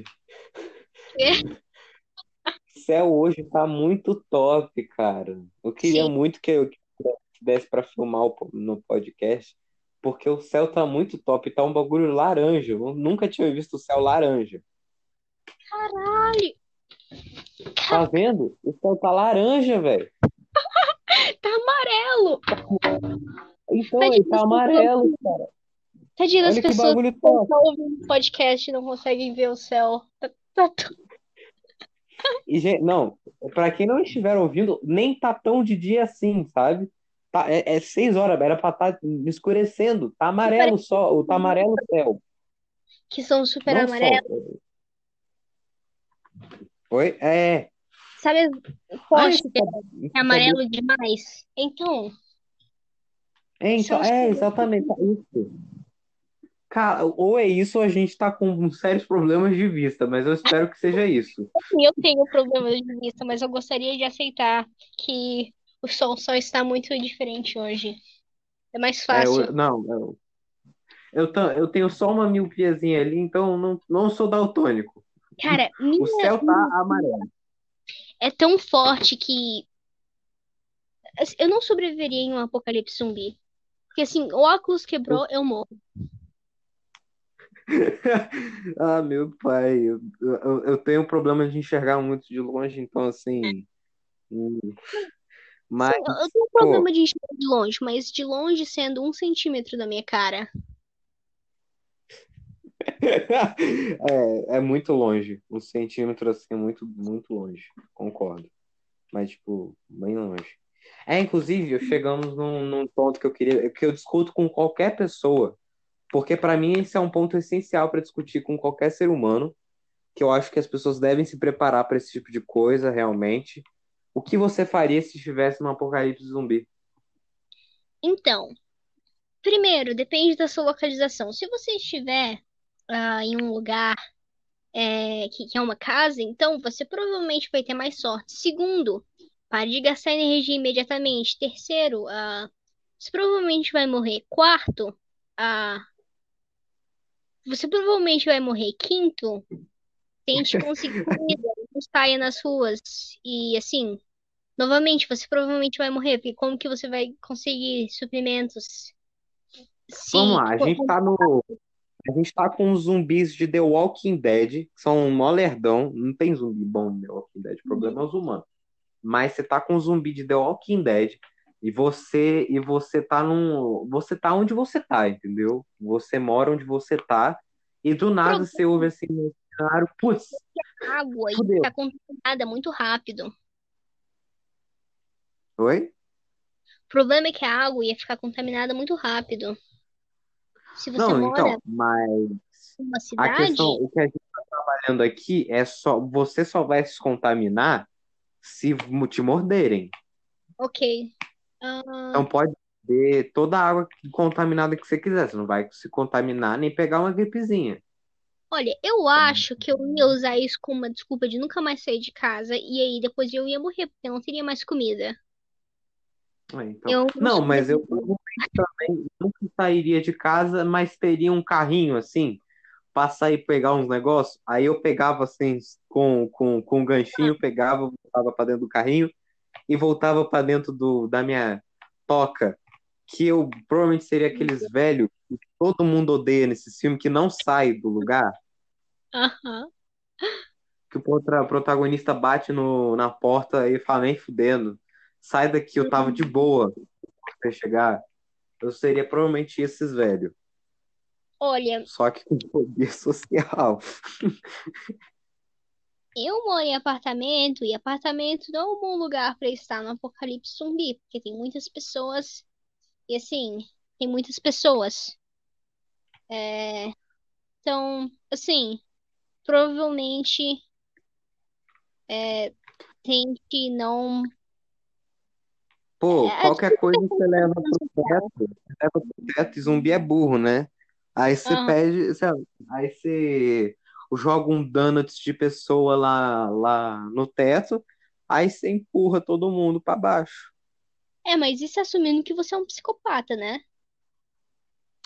O céu hoje tá muito top, cara. Eu queria Sim, muito que eu que desse pra filmar o po- no podcast, porque o céu tá muito top, tá um bagulho laranja. Eu nunca tinha visto o céu laranja. caralho, Tá vendo? O céu tá laranja, velho. tá amarelo. Então, Tadinho ele tá das pessoas, amarelo, cara. tadinho das Olha que pessoas bagulho que top. estão ouvindo o podcast e não conseguem ver o céu. Tá, tá tudo. E, gente, não, pra quem não estiver ouvindo, nem tá tão de dia assim, sabe? Tá, é, é seis horas, era pra estar escurecendo. Tá amarelo Parece só, tá amarelo o céu. que são super Não só. amarelos. Oi? É. Sabe o Ah, poste esse que tá, é esse tá bem. amarelo demais? Então, É, então, são os é, exatamente, é isso. Cara, ou é isso ou a gente tá com sérios problemas de vista, mas eu espero que seja isso. eu tenho problema de vista, mas eu gostaria de aceitar que o sol só está muito diferente hoje. É mais É, fácil. eu- não, eu, eu, ta- eu tenho só uma miopiazinha ali, então não, não sou daltônico. Cara, O minha céu tá amarelo. é tão forte que assim, eu não sobreviveria em um apocalipse zumbi. Porque assim, o óculos quebrou, eu morro. Ah, meu pai, eu, eu, eu tenho um problema de enxergar muito de longe, então assim. hum, Sim, Mas, eu eu tenho um pô, problema de enxergar de longe, mas de longe sendo um centímetro da minha cara. é, é muito longe. Um centímetro assim é muito, muito longe. Concordo. Mas, tipo, bem longe. É, inclusive, chegamos num, num ponto que eu queria, que eu discuto com qualquer pessoa, porque para mim esse é um ponto essencial para discutir com qualquer ser humano, que eu acho que as pessoas devem se preparar para esse tipo de coisa realmente. O que você faria se estivesse num apocalipse zumbi? Então, primeiro, depende da sua localização. Se você estiver ah, em um lugar é, que, que é uma casa, então você provavelmente vai ter mais sorte. Segundo, pare de gastar energia imediatamente. Terceiro, ah, você provavelmente vai morrer. Quarto, ah, você provavelmente vai morrer. Quinto, tente conseguir comida, não saia nas ruas. E assim, novamente, você provavelmente vai morrer, porque como que você vai conseguir suprimentos Vamos se lá, a gente tá no, a gente tá com os zumbis de The Walking Dead, que são um mó lerdão, não tem zumbi bom no The Walking Dead, o problema é os humanos. Mas você tá com um zumbi de The Walking Dead e você e você tá num, você tá onde você tá, entendeu? Você mora onde você tá e do o nada problema você ouve assim no cenário, putz, é a água e fudeu. ficar contaminada muito rápido. Oi? O problema é que a água ia ficar contaminada muito rápido. Se você Não, mora então, mas em uma a questão, cidade, o que a gente tá trabalhando aqui é só, você só vai se contaminar se te morderem. ok. Ah, Então pode beber toda a água contaminada que você quiser, você não vai se contaminar nem pegar uma gripezinha. olha, eu acho que eu ia usar isso como uma desculpa de nunca mais sair de casa e aí depois eu ia morrer porque eu não teria mais comida. É, então, Eu não não, mas eu sobrevivi. provavelmente também nunca sairia de casa, mas teria um carrinho assim, passar e pegar uns negócios. Aí eu pegava assim, com, com, com um ganchinho, pegava, voltava para dentro do carrinho e voltava para dentro do, da minha toca, que eu provavelmente seria aqueles velhos que todo mundo odeia nesse filme, que não sai do lugar, Aham. que o protra- protagonista bate no, na porta e fala, nem fudendo, sai daqui, eu tava de boa pra chegar. Eu seria provavelmente esses velhos, Olha, só que com poder social. eu moro em apartamento e apartamento não é um bom lugar para estar no apocalipse zumbi, porque tem muitas pessoas e assim, tem muitas pessoas. É, então, assim, provavelmente é, tente não. Pô, É, é qualquer difícil coisa pensar você leva em pro social. teto, leva pro teto e zumbi é burro, né? Aí você Aham. pede, sei lá, aí você joga um donuts de pessoa lá, lá no teto, aí você empurra todo mundo pra baixo. É, mas isso assumindo que você é um psicopata, né?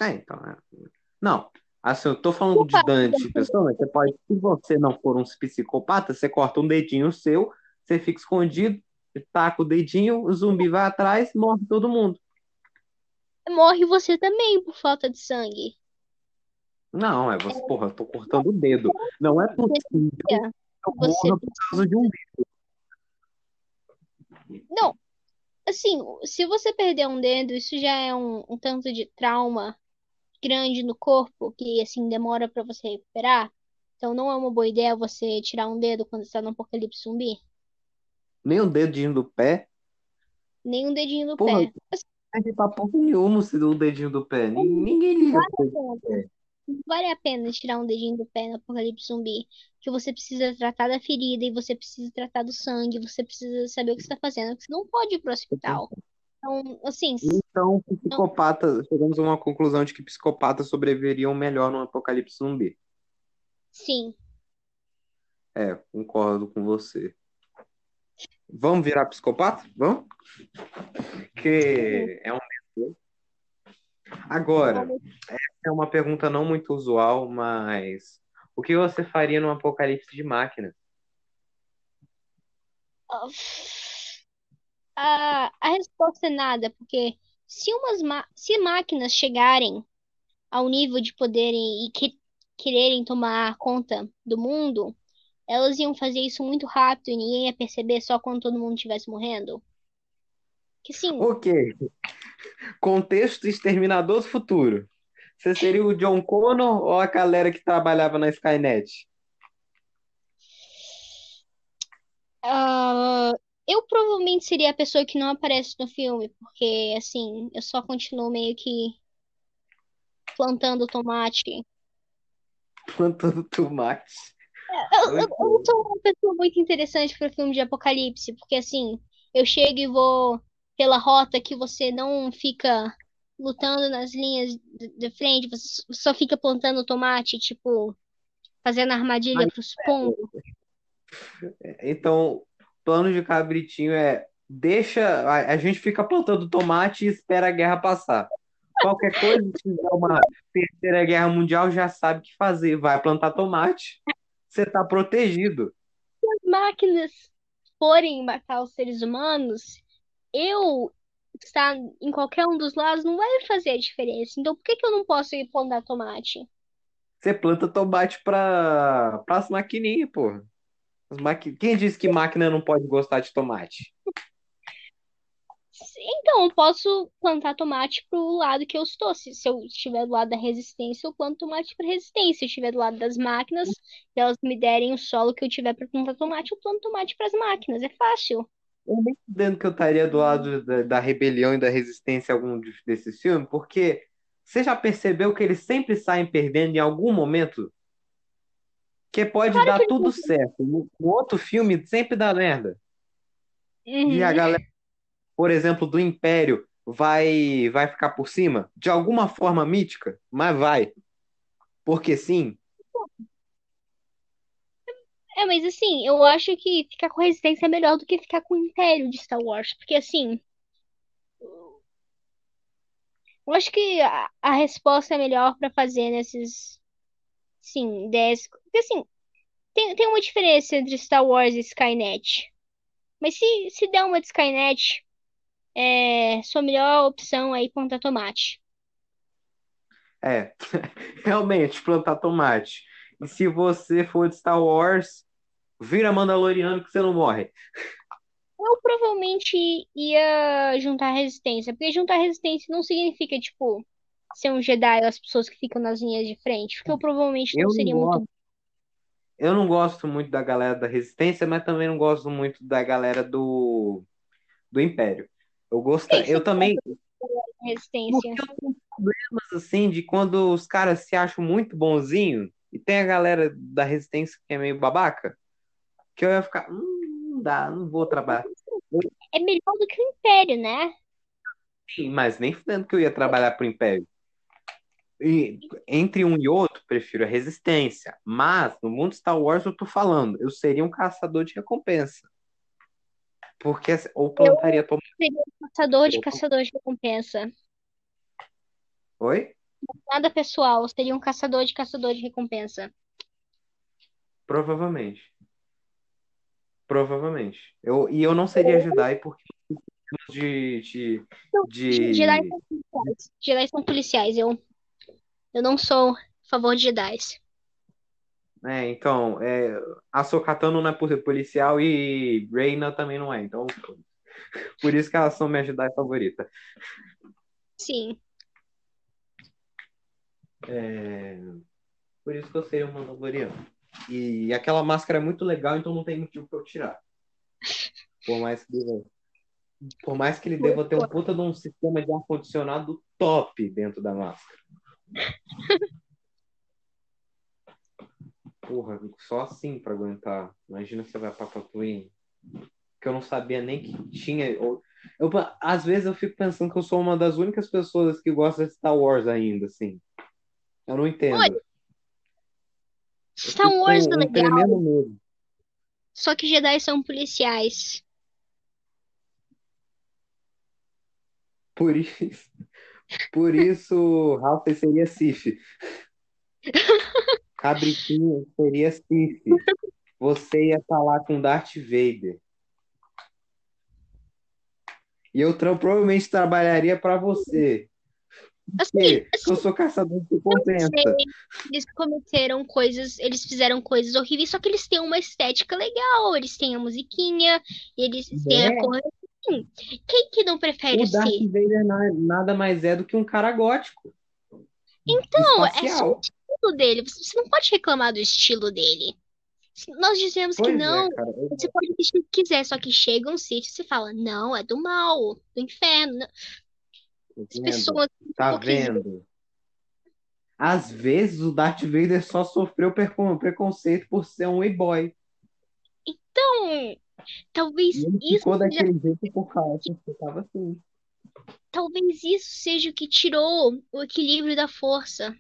É, então, é. Não, assim, eu tô falando O de fato dano de de pessoa, mas você pode, se você não for um psicopata, você corta um dedinho seu, você fica escondido, taca o dedinho, o zumbi vai atrás, morre todo mundo. morre você também por falta de sangue. Não, é você, porra, eu tô cortando o dedo. Não é possível que É, eu você morra por causa de um precisa. dedo. Não, assim, se você perder um dedo, isso já é um, um tanto de trauma grande no corpo que assim demora pra você recuperar. Então não é uma boa ideia você tirar um dedo quando está no apocalipse zumbi. Nem o dedinho do pé. Nem um dedinho no Porra, pé. não serve pra porra nenhuma se o dedinho do pé. Nin- Ninguém Não liga vale pro a dedinho do pena. pé. Não vale a pena tirar um dedinho do pé no apocalipse zumbi. Que você precisa tratar da ferida e você precisa tratar do sangue. Você precisa saber o que você está fazendo. Você não pode ir pro hospital. Então, assim, s- Então, não, psicopata, chegamos a uma conclusão de que psicopatas sobreviveriam melhor no apocalipse zumbi. sim. É, concordo com você. Vamos virar psicopata? Vamos? Sim. Que é um. Agora, é uma pergunta não muito usual, mas o que você faria num apocalipse de máquinas? A, a resposta é nada, porque se umas ma- se máquinas chegarem ao nível de poderem e que- quererem tomar conta do mundo, elas iam fazer isso muito rápido e ninguém ia perceber só quando todo mundo estivesse morrendo. Que sim, Ok, contexto Exterminador do Futuro. Você seria o John Connor ou a galera que trabalhava na Skynet? ah, eu provavelmente seria a pessoa que não aparece no filme, porque assim, eu só continuo meio que plantando tomate. Plantando tomate. Eu, eu, Ok. eu não sou uma pessoa muito interessante para filme de apocalipse, porque assim, eu chego e vou pela rota que você não fica lutando nas linhas de, de frente, você só fica plantando tomate, tipo, fazendo armadilha Mas, pros pombos. então, plano de cabritinho é deixa, a, a gente fica plantando tomate e espera a guerra passar. Qualquer coisa, se tiver uma terceira guerra mundial, já sabe o que fazer. Vai plantar tomate, você tá protegido. Se as máquinas forem matar os seres humanos, eu estar em qualquer um dos lados não vai fazer a diferença. Então por que que eu não posso ir plantar tomate? Você planta tomate para as maquininhas, pô. As maqui... Quem disse que máquina não pode gostar de tomate? Então, eu posso plantar tomate pro lado que eu estou. Se, se eu estiver do lado da resistência, eu planto tomate para resistência. Se eu estiver do lado das máquinas, e elas me derem o solo que eu tiver para plantar tomate, eu planto tomate para as máquinas. É fácil. Eu nem dizendo que eu estaria do lado da, da rebelião e da resistência em algum de- desses filmes, porque você já percebeu que eles sempre saem perdendo em algum momento? Que pode Claro dar que tudo eles. certo. No, no outro filme sempre dá merda. E a Uhum. galera, por exemplo, do Império vai vai ficar por cima de alguma forma mítica, mas vai. Porque sim. É, mas assim, eu acho que ficar com resistência é melhor do que ficar com o Império de Star Wars. Porque assim, eu acho que a, a resposta é melhor para fazer nesses, sim, dez. Porque assim, tem, tem uma diferença entre Star Wars e Skynet. Mas se, se der uma de Skynet, é, sua melhor opção é ir plantar tomate. É, realmente, plantar tomate. E se você for de Star Wars, vira Mandaloriano que você não morre. Eu provavelmente ia juntar resistência, porque juntar resistência não significa, tipo, ser um Jedi ou as pessoas que ficam nas linhas de frente, porque eu provavelmente não Eu não seria muito. gosto, eu não gosto muito da galera da Resistência, mas também não gosto muito da galera do, do Império. Eu Por gosto, que que você eu também, tem resistência? porque eu tenho problemas assim de quando os caras se acham muito bonzinhos e tem a galera da Resistência que é meio babaca, que eu ia ficar, hum, não dá, não vou trabalhar. Eu, É melhor do que o Império, né? sim, mas nem fudendo que eu ia trabalhar pro Império. E, entre um e outro, prefiro a resistência. Mas, no mundo Star Wars, eu tô falando, eu seria um caçador de recompensa. Porque, assim, ou plantaria Eu tomate. seria um caçador de caçador de recompensa. Oi? Nada pessoal, seria um caçador de caçador de recompensa. Provavelmente. Provavelmente. Eu, e eu não seria Jedi porque de, de, Não, Jedi de... são policiais. Jedi são policiais. Eu, eu não sou a favor de Jedi. É, então, é, Ahsoka Tano não é por- policial e Reyna também não é. Então, por isso que elas são minha Jedi favorita. Sim. É, por isso que eu seria um Mandaloriano. E aquela máscara é muito legal, então não tem motivo pra eu tirar. Por mais que, por mais que ele deva ter um puta de um sistema de ar-condicionado top dentro da máscara. Porra, só assim pra aguentar. Imagina você vai pra Tatooine. Que eu não sabia nem que tinha. Eu, eu- às vezes eu fico pensando que eu sou uma das únicas pessoas que gosta de Star Wars ainda, assim. Eu não Olha, entendo. Eu Star fico Wars é com um legal, tremendo medo. só que Jedi são policiais. Por isso, por isso Ralph seria Sif. Cabritinho seria Sif. Você ia estar lá com Darth Vader. E eu tra- provavelmente trabalharia para você. Assim, Porque eu sou caçador de sei, recompensa. eles cometeram coisas, eles fizeram coisas horríveis, só que eles têm uma estética legal, eles têm a musiquinha, eles têm a cor. É, Assim, quem que não o prefere Darth ser? Vader na- nada mais é do que um cara gótico, Então, é só o espacial. estilo dele. Você você não pode reclamar do estilo dele. Nós dizemos que Pois é, não, cara. você pode vestir o que quiser, só que chega um sítio e você fala, não, é do mal, do inferno. Não. Tá As vendo? pessoas têm Tá hipocrisia. vendo? Às vezes o Darth Vader só sofreu percon- preconceito por ser um e-boy. Então, E talvez ele isso ficou seja, daquele jeito por causa que tava assim. talvez isso seja o que tirou o equilíbrio da força.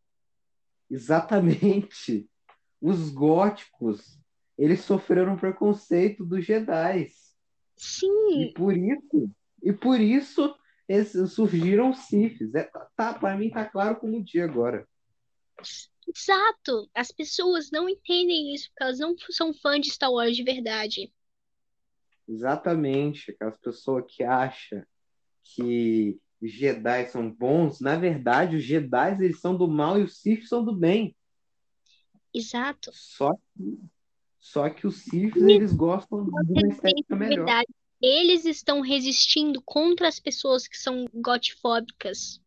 Exatamente. Os góticos, eles sofreram preconceito dos Jedi. E Sim, por isso, e por isso esses- surgiram os Siths. É, tá, para mim tá claro como o dia agora. exato. As pessoas não entendem isso porque elas não são fãs de Star Wars de verdade. Exatamente. Aquelas pessoas que acham que os Jedi são bons, na verdade, os Jedi eles são do mal e os Sith são do bem. Exato. Só, só que os Sith E eles gostam de uma resistência estética de melhor. verdade. Eles estão resistindo contra as pessoas que são gotifóbicas.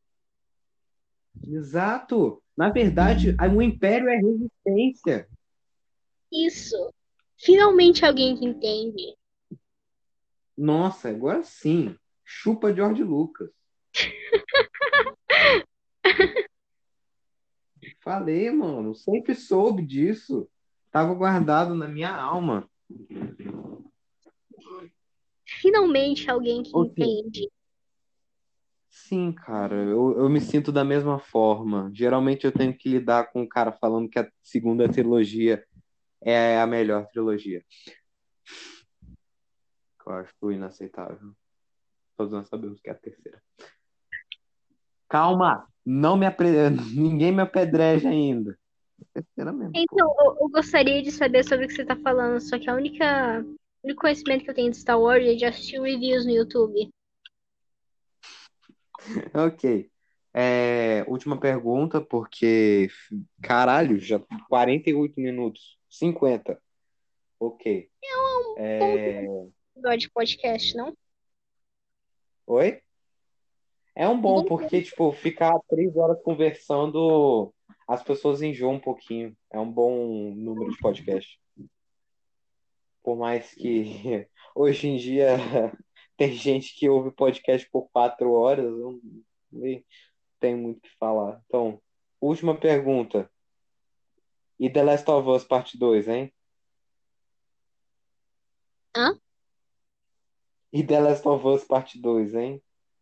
Exato. Na verdade, o Império é resistência. Isso. Finalmente alguém que entende. Nossa, agora sim. Chupa George Lucas. Falei, mano. Sempre soube disso. Tava guardado na minha alma. Finalmente alguém que Ok. entende. Sim, cara, eu, eu me sinto da mesma forma. Geralmente eu tenho que lidar com o cara falando que a segunda trilogia é a melhor trilogia. Que eu acho inaceitável. Todos nós sabemos que é a terceira. Calma! Não me apre... Ninguém me apedreja ainda. Terceira mesmo, pô. Então, eu, eu gostaria de saber sobre o que você tá falando, só que a única, o único conhecimento que eu tenho de Star Wars é de assistir reviews no YouTube. Ok. É, última pergunta, porque, caralho, já quarenta e oito minutos. Cinquenta. Ok. Como É, episódio de podcast, não? oi? É um Um bom, bom porque, tipo, ficar três horas conversando, as pessoas enjoam um pouquinho. É um bom número de podcast. Por mais que hoje em dia tem gente que ouve podcast por quatro horas, eu nem tenho muito o que falar. Então, última pergunta. E The Last of Us Parte dois, hein? Hã? E The Last of Us Parte dois, hein?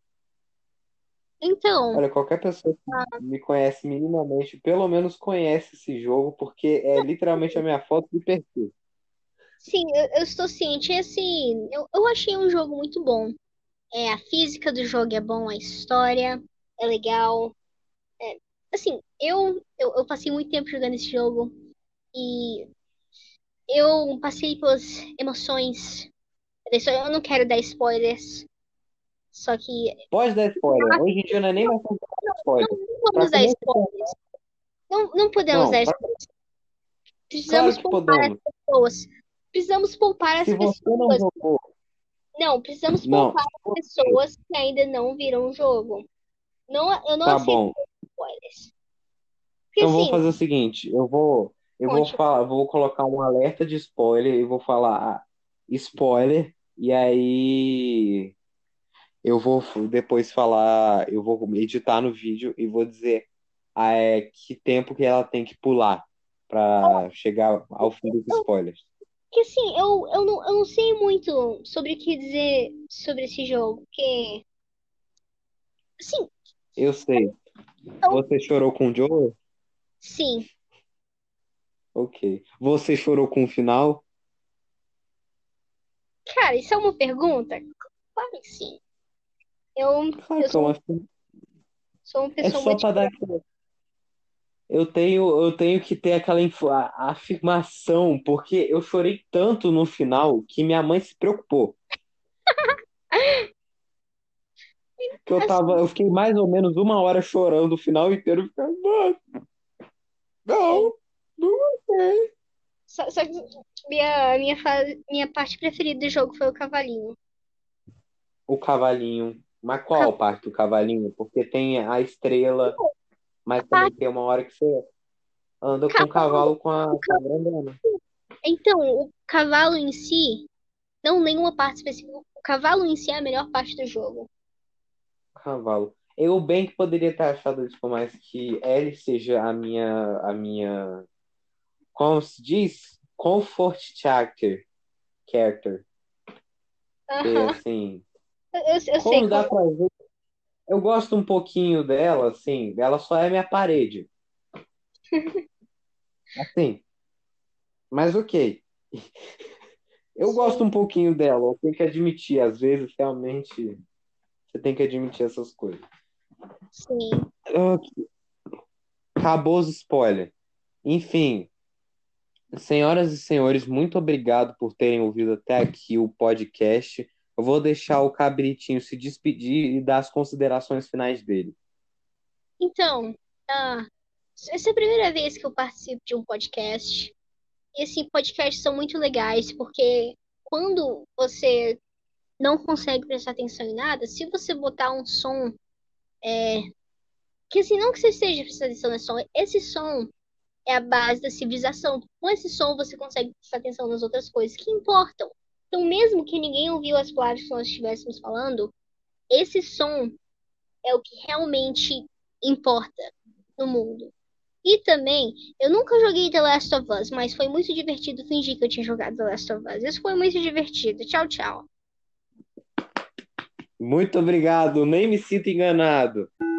Então, Olha, qualquer pessoa que me conhece minimamente, pelo menos conhece esse jogo, porque é literalmente a minha foto de perfil. sim, eu, eu estou ciente. E, assim, eu, eu achei um jogo muito bom. É, a física do jogo é bom, a história é legal. Assim, eu, eu, eu passei muito tempo jogando esse jogo e eu passei pelas emoções. Eu não quero dar spoilers, só que Pode dar spoiler. Hoje em dia não é nem não, mais tanto não, spoiler. não Pra vamos dar começar, spoilers. Não, não podemos não, dar pra- spoilers. claro Precisamos que poupar as podemos. pessoas. Precisamos poupar as Se você não pessoas. jogou, Não, precisamos não, poupar se as você, pessoas que ainda não viram o jogo. Não, eu não tá aceito bom. spoilers. Porque Então vamos assim, fazer o seguinte, eu vou, eu vou conte. falar, vou colocar um alerta de spoiler e vou falar ah, spoiler e aí eu vou depois falar, eu vou editar no vídeo e vou dizer ah, é, que tempo que ela tem que pular para chegar ao fim dos spoilers. Que assim, eu, eu, não, eu não sei muito sobre o que dizer sobre esse jogo. Porque, assim, Eu sei. eu, Você chorou com o Joel? sim. Ok. Você chorou com o final? Cara, isso é uma pergunta? Claro que sim. Eu, Claro eu que é sou, uma... sou uma É pessoa só muito. para dar Eu tenho, eu tenho que ter aquela info- a- afirmação, porque eu chorei tanto no final que minha mãe se preocupou. Que eu tava, Assim, eu fiquei mais ou menos uma hora chorando o final inteiro, ficando, "Mano, é, não, não gostei." só, só que minha, minha, fa- minha parte preferida do jogo foi o cavalinho. O cavalinho. Mas O ca- qual parte do cavalinho? Porque tem a estrela, A mas também parte, tem uma hora que você anda com o cavalo, cavalo com a, o com a ca- grandona. então, o cavalo em si, não nenhuma parte específica. O cavalo em si é a melhor parte do jogo. Cavalo. Eu bem que poderia ter achado isso, por mais que ele seja a minha, a minha como se diz? Comfort character. Character. Que Aham. assim, Eu, eu, eu sei como qual. dá pra ver? Eu gosto um pouquinho dela, assim, ela só é minha parede. Assim, mas ok. Eu gosto Sim, um pouquinho dela, eu tenho que admitir, às vezes realmente você tem que admitir essas coisas. sim. Ok, acabou os spoilers. Enfim, senhoras e senhores, muito obrigado por terem ouvido até aqui o podcast. Eu vou deixar o Cabritinho se despedir e dar as considerações finais dele. Então, ah, essa é a primeira vez que eu participo de um podcast. E assim, podcasts são muito legais, porque quando você não consegue prestar atenção em nada, se você botar um som, que assim, não que você esteja prestando atenção no som, esse som é a base da civilização. Com esse som você consegue prestar atenção nas outras coisas que importam. Então, mesmo que ninguém ouviu as palavras que nós estivéssemos falando, esse som é o que realmente importa no mundo. E também, eu nunca joguei The Last of Us, mas foi muito divertido fingir que eu tinha jogado The Last of Us. Isso foi muito divertido. Tchau, tchau. Muito obrigado, nem me sinto enganado.